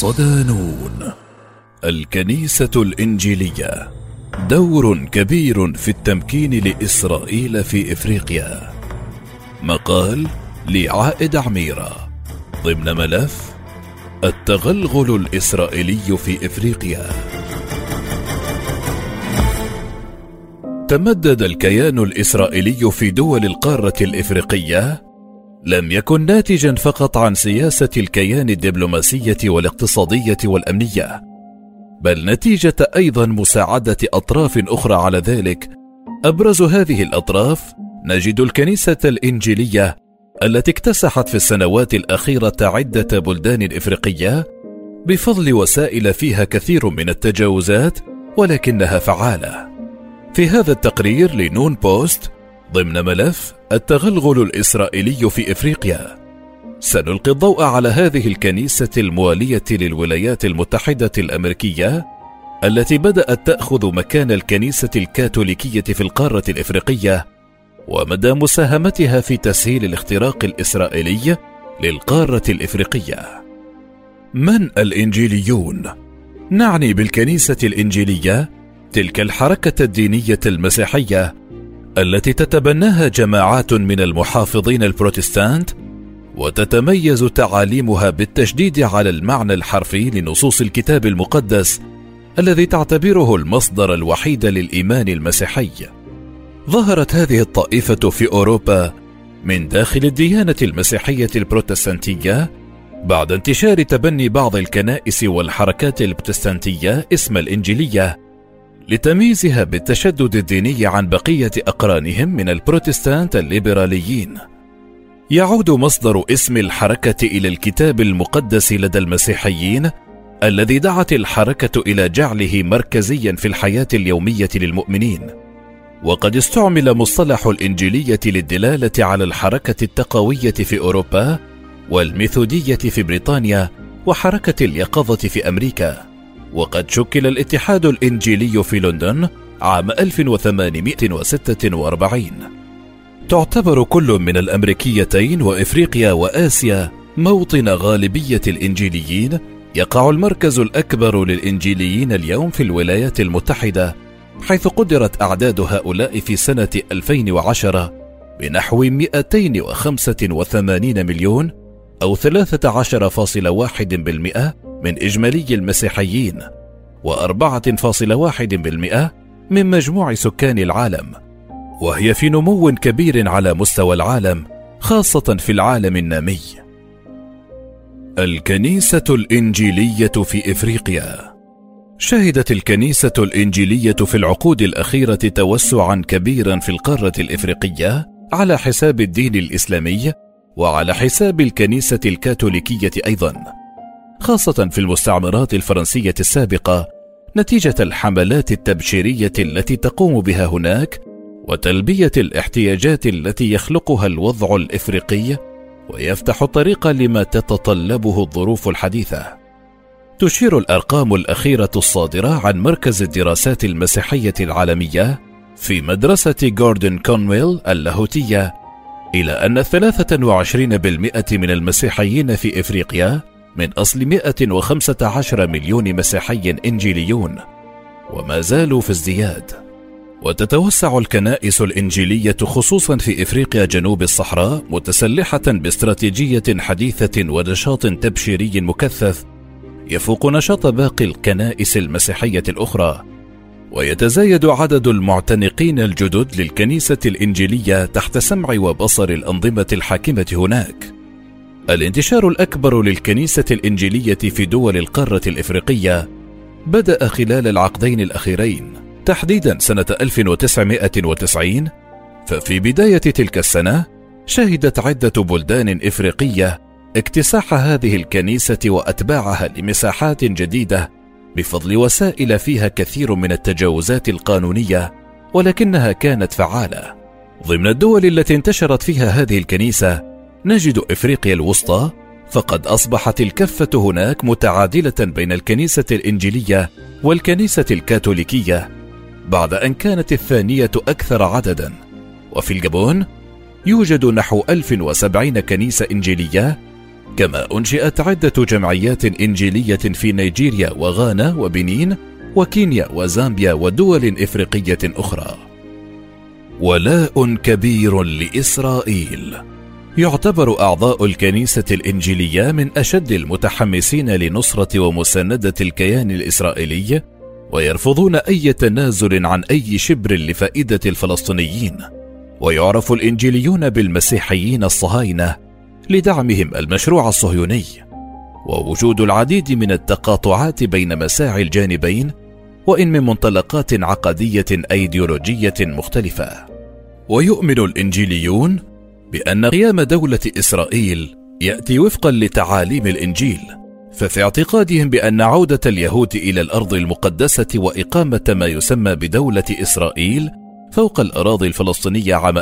صدانون. الكنيسة الإنجيلية دور كبير في التمكين لإسرائيل في إفريقيا. مقال لعائد عميرة ضمن ملف التغلغل الإسرائيلي في إفريقيا. تمدد الكيان الإسرائيلي في دول القارة الإفريقية لم يكن ناتجا فقط عن سياسة الكيان الدبلوماسية والاقتصادية والأمنية، بل نتيجة أيضا مساعدة أطراف أخرى على ذلك. أبرز هذه الأطراف نجد الكنيسة الإنجيلية التي اكتسحت في السنوات الأخيرة عدة بلدان إفريقية بفضل وسائل فيها كثير من التجاوزات ولكنها فعالة. في هذا التقرير لنون بوست ضمن ملف التغلغل الإسرائيلي في إفريقيا سنلقي الضوء على هذه الكنيسة الموالية للولايات المتحدة الأمريكية التي بدأت تأخذ مكان الكنيسة الكاثوليكية في القارة الإفريقية، ومدى مساهمتها في تسهيل الاختراق الإسرائيلي للقارة الإفريقية. من الإنجيليون؟ نعني بالكنيسة الإنجيلية تلك الحركة الدينية المسيحية التي تتبناها جماعات من المحافظين البروتستانت، وتتميز تعاليمها بالتشديد على المعنى الحرفي لنصوص الكتاب المقدس الذي تعتبره المصدر الوحيد للإيمان المسيحي. ظهرت هذه الطائفة في أوروبا من داخل الديانة المسيحية البروتستانتية بعد انتشار تبني بعض الكنائس والحركات البروتستانتية اسم الإنجيلية لتمييزها بالتشدد الديني عن بقية أقرانهم من البروتستانت الليبراليين. يعود مصدر اسم الحركة إلى الكتاب المقدس لدى المسيحيين الذي دعت الحركة إلى جعله مركزيا في الحياة اليومية للمؤمنين، وقد استعمل مصطلح الإنجيلية للدلالة على الحركة التقوية في أوروبا والميثودية في بريطانيا وحركة اليقظة في أمريكا. وقد شكل الاتحاد الإنجيلي في لندن عام 1846. تعتبر كل من الأمريكيتين وإفريقيا وآسيا موطن غالبية الإنجيليين. يقع المركز الأكبر للإنجيليين اليوم في الولايات المتحدة، حيث قدرت أعداد هؤلاء في سنة 2010 بنحو 285 مليون أو 13.1% من إجمالي المسيحيين، و4.1% من مجموع سكان العالم، وهي في نمو كبير على مستوى العالم، خاصة في العالم النامي. الكنيسة الإنجيلية في إفريقيا. شهدت الكنيسة الإنجيلية في العقود الأخيرة توسعا كبيرا في القارة الإفريقية على حساب الدين الإسلامي وعلى حساب الكنيسة الكاثوليكية أيضا، خاصة في المستعمرات الفرنسية السابقة، نتيجة الحملات التبشيرية التي تقوم بها هناك وتلبية الاحتياجات التي يخلقها الوضع الإفريقي ويفتح الطريق لما تتطلبه الظروف الحديثة. تشير الأرقام الأخيرة الصادرة عن مركز الدراسات المسيحية العالمية في مدرسة جوردن كونويل اللاهوتية إلى أن 23% من المسيحيين في إفريقيا من أصل 115 مليون مسيحي إنجيليون، وما زالوا في ازدياد. وتتوسع الكنائس الإنجيلية خصوصا في إفريقيا جنوب الصحراء متسلحة باستراتيجية حديثة ونشاط تبشيري مكثف يفوق نشاط باقي الكنائس المسيحية الأخرى. ويتزايد عدد المعتنقين الجدد للكنيسة الإنجيلية تحت سمع وبصر الأنظمة الحاكمة هناك. الانتشار الأكبر للكنيسة الإنجيلية في دول القارة الإفريقية بدأ خلال العقدين الأخيرين، تحديدا سنة 1990. ففي بداية تلك السنة شهدت عدة بلدان إفريقية اكتساح هذه الكنيسة وأتباعها لمساحات جديدة بفضل وسائل فيها كثير من التجاوزات القانونية، ولكنها كانت فعالة. ضمن الدول التي انتشرت فيها هذه الكنيسة نجد إفريقيا الوسطى، فقد أصبحت الكفة هناك متعادلة بين الكنيسة الإنجيلية والكنيسة الكاثوليكية بعد أن كانت الثانية أكثر عددا. وفي الجابون يوجد نحو 1070 كنيسة إنجيلية، كما أنشئت عدة جمعيات إنجيلية في نيجيريا وغانا وبنين وكينيا وزامبيا ودول إفريقية أخرى. ولاء كبير لإسرائيل. يعتبر أعضاء الكنيسة الإنجيلية من أشد المتحمسين لنصرة ومساندة الكيان الإسرائيلي، ويرفضون أي تنازل عن أي شبر لفائدة الفلسطينيين. ويعرف الإنجيليون بالمسيحيين الصهاينة لدعمهم المشروع الصهيوني، ووجود العديد من التقاطعات بين مساعي الجانبين، وإن من منطلقات عقدية أيديولوجية مختلفة. ويؤمن الإنجيليون بأن قيام دولة إسرائيل يأتي وفقا لتعاليم الإنجيل، ففي اعتقادهم بأن عودة اليهود إلى الأرض المقدسة وإقامة ما يسمى بدولة إسرائيل فوق الأراضي الفلسطينية عام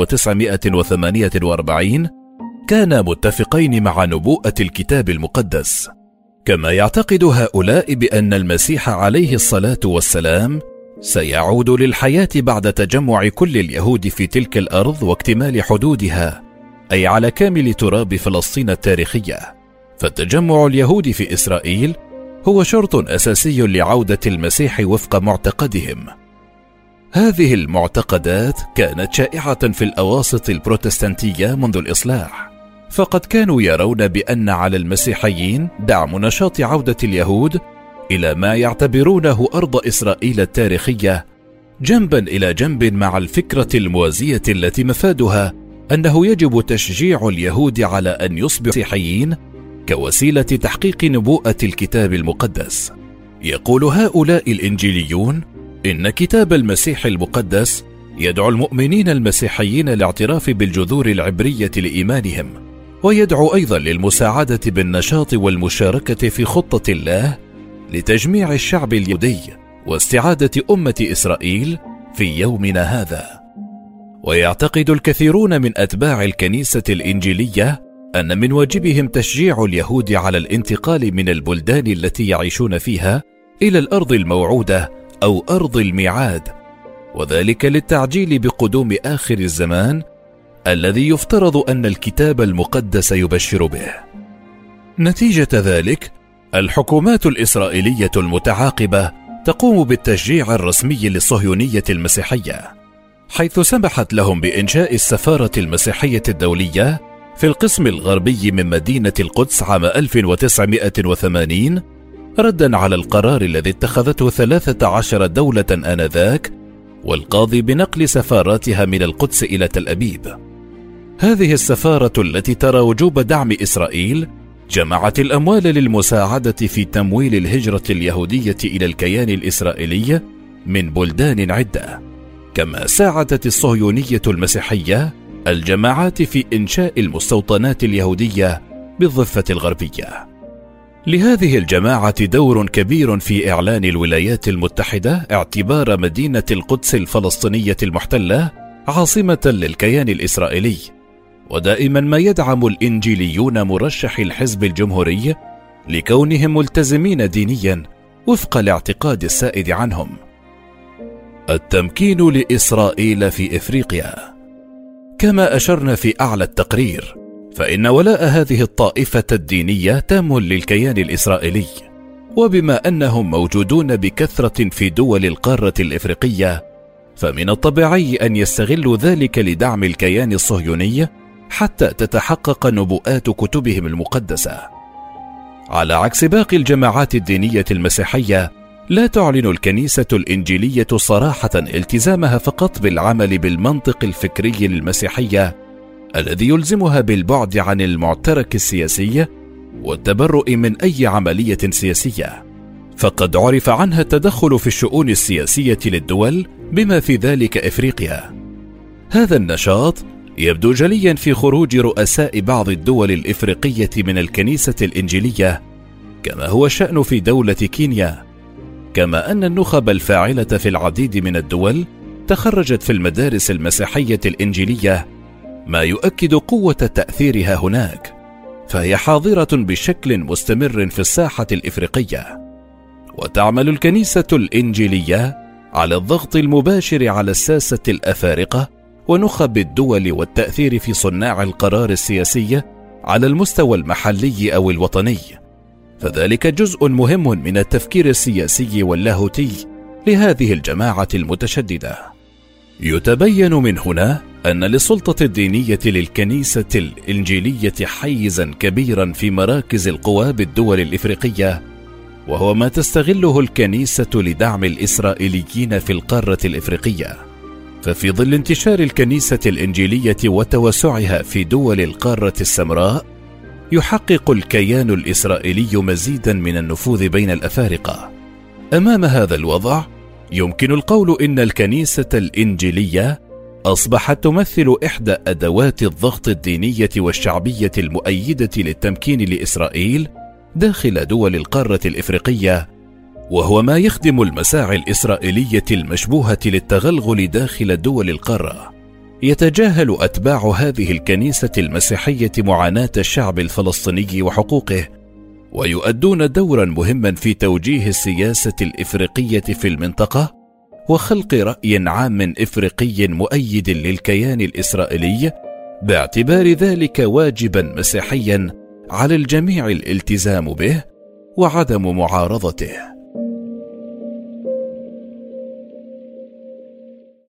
1948 كان متفقين مع نبوءة الكتاب المقدس. كما يعتقد هؤلاء بأن المسيح عليه الصلاة والسلام سيعود للحياة بعد تجمع كل اليهود في تلك الأرض واكتمال حدودها، أي على كامل تراب فلسطين التاريخية. فتجمع اليهود في إسرائيل هو شرط أساسي لعودة المسيح وفق معتقدهم. هذه المعتقدات كانت شائعة في الأواسط البروتستانتية منذ الإصلاح، فقد كانوا يرون بأن على المسيحيين دعم نشاط عودة اليهود إلى ما يعتبرونه أرض إسرائيل التاريخية، جنبا إلى جنب مع الفكرة الموازية التي مفادها أنه يجب تشجيع اليهود على أن يصبحوا مسيحيين كوسيلة تحقيق نبوءة الكتاب المقدس. يقول هؤلاء الإنجيليون إن كتاب المسيح المقدس يدعو المؤمنين المسيحيين الاعتراف بالجذور العبرية لإيمانهم، ويدعو أيضا للمساعدة بالنشاط والمشاركة في خطة الله لتجميع الشعب اليهودي واستعادة أمة إسرائيل في يومنا هذا. ويعتقد الكثيرون من أتباع الكنيسة الإنجيلية أن من واجبهم تشجيع اليهود على الانتقال من البلدان التي يعيشون فيها إلى الأرض الموعودة أو أرض الميعاد، وذلك للتعجيل بقدوم آخر الزمان الذي يفترض أن الكتاب المقدس يبشر به. نتيجة ذلك الحكومات الإسرائيلية المتعاقبة تقوم بالتشجيع الرسمي للصهيونية المسيحية، حيث سمحت لهم بإنشاء السفارة المسيحية الدولية في القسم الغربي من مدينة القدس عام 1980، ردا على القرار الذي اتخذته 13 دولة آنذاك والقاضي بنقل سفاراتها من القدس إلى تل أبيب. هذه السفارة التي ترى وجوب دعم إسرائيل جمعت الأموال للمساعدة في تمويل الهجرة اليهودية إلى الكيان الإسرائيلي من بلدان عدة، كما ساعدت الصهيونية المسيحية الجماعات في إنشاء المستوطنات اليهودية بالضفة الغربية. لهذه الجماعة دور كبير في إعلان الولايات المتحدة اعتبار مدينة القدس الفلسطينية المحتلة عاصمة للكيان الإسرائيلي، ودائما ما يدعم الإنجيليون مرشح الحزب الجمهوري لكونهم ملتزمين دينيا وفق الاعتقاد السائد عنهم. التمكين لإسرائيل في إفريقيا. كما أشرنا في أعلى التقرير، فإن ولاء هذه الطائفة الدينية تام للكيان الإسرائيلي، وبما أنهم موجودون بكثرة في دول القارة الإفريقية فمن الطبيعي أن يستغلوا ذلك لدعم الكيان الصهيوني حتى تتحقق نبوءات كتبهم المقدسة. على عكس باقي الجماعات الدينية المسيحية، لا تعلن الكنيسة الإنجيلية صراحة التزامها فقط بالعمل بالمنطق الفكري للمسيحية الذي يلزمها بالبعد عن المعترك السياسي والتبرؤ من أي عملية سياسية، فقد عرف عنها التدخل في الشؤون السياسية للدول بما في ذلك إفريقيا. هذا النشاط يبدو جليا في خروج رؤساء بعض الدول الإفريقية من الكنيسة الإنجيلية، كما هو الشأن في دولة كينيا، كما أن النخب الفاعلة في العديد من الدول تخرجت في المدارس المسيحية الإنجيلية، ما يؤكد قوة تأثيرها هناك، فهي حاضرة بشكل مستمر في الساحة الإفريقية. وتعمل الكنيسة الإنجيلية على الضغط المباشر على الساسة الأفارقة ونخب الدول والتأثير في صناع القرار السياسي على المستوى المحلي أو الوطني، فذلك جزء مهم من التفكير السياسي واللاهوتي لهذه الجماعة المتشددة. يتبين من هنا أن للسلطة الدينية للكنيسة الإنجيلية حيزا كبيرا في مراكز القوى بالدول الإفريقية، وهو ما تستغله الكنيسة لدعم الإسرائيليين في القارة الإفريقية. ففي ظل انتشار الكنيسة الإنجيلية وتوسعها في دول القارة السمراء، يحقق الكيان الإسرائيلي مزيدا من النفوذ بين الأفارقة. أمام هذا الوضع يمكن القول إن الكنيسة الإنجيلية أصبحت تمثل إحدى أدوات الضغط الدينية والشعبية المؤيدة للتمكين لإسرائيل داخل دول القارة الإفريقية، وهو ما يخدم المساعي الإسرائيلية المشبوهة للتغلغل داخل دول القارة. يتجاهل أتباع هذه الكنيسة المسيحية معاناة الشعب الفلسطيني وحقوقه، ويؤدون دورا مهما في توجيه السياسة الإفريقية في المنطقة وخلق رأي عام إفريقي مؤيد للكيان الإسرائيلي، باعتبار ذلك واجبا مسيحيا على الجميع الالتزام به وعدم معارضته.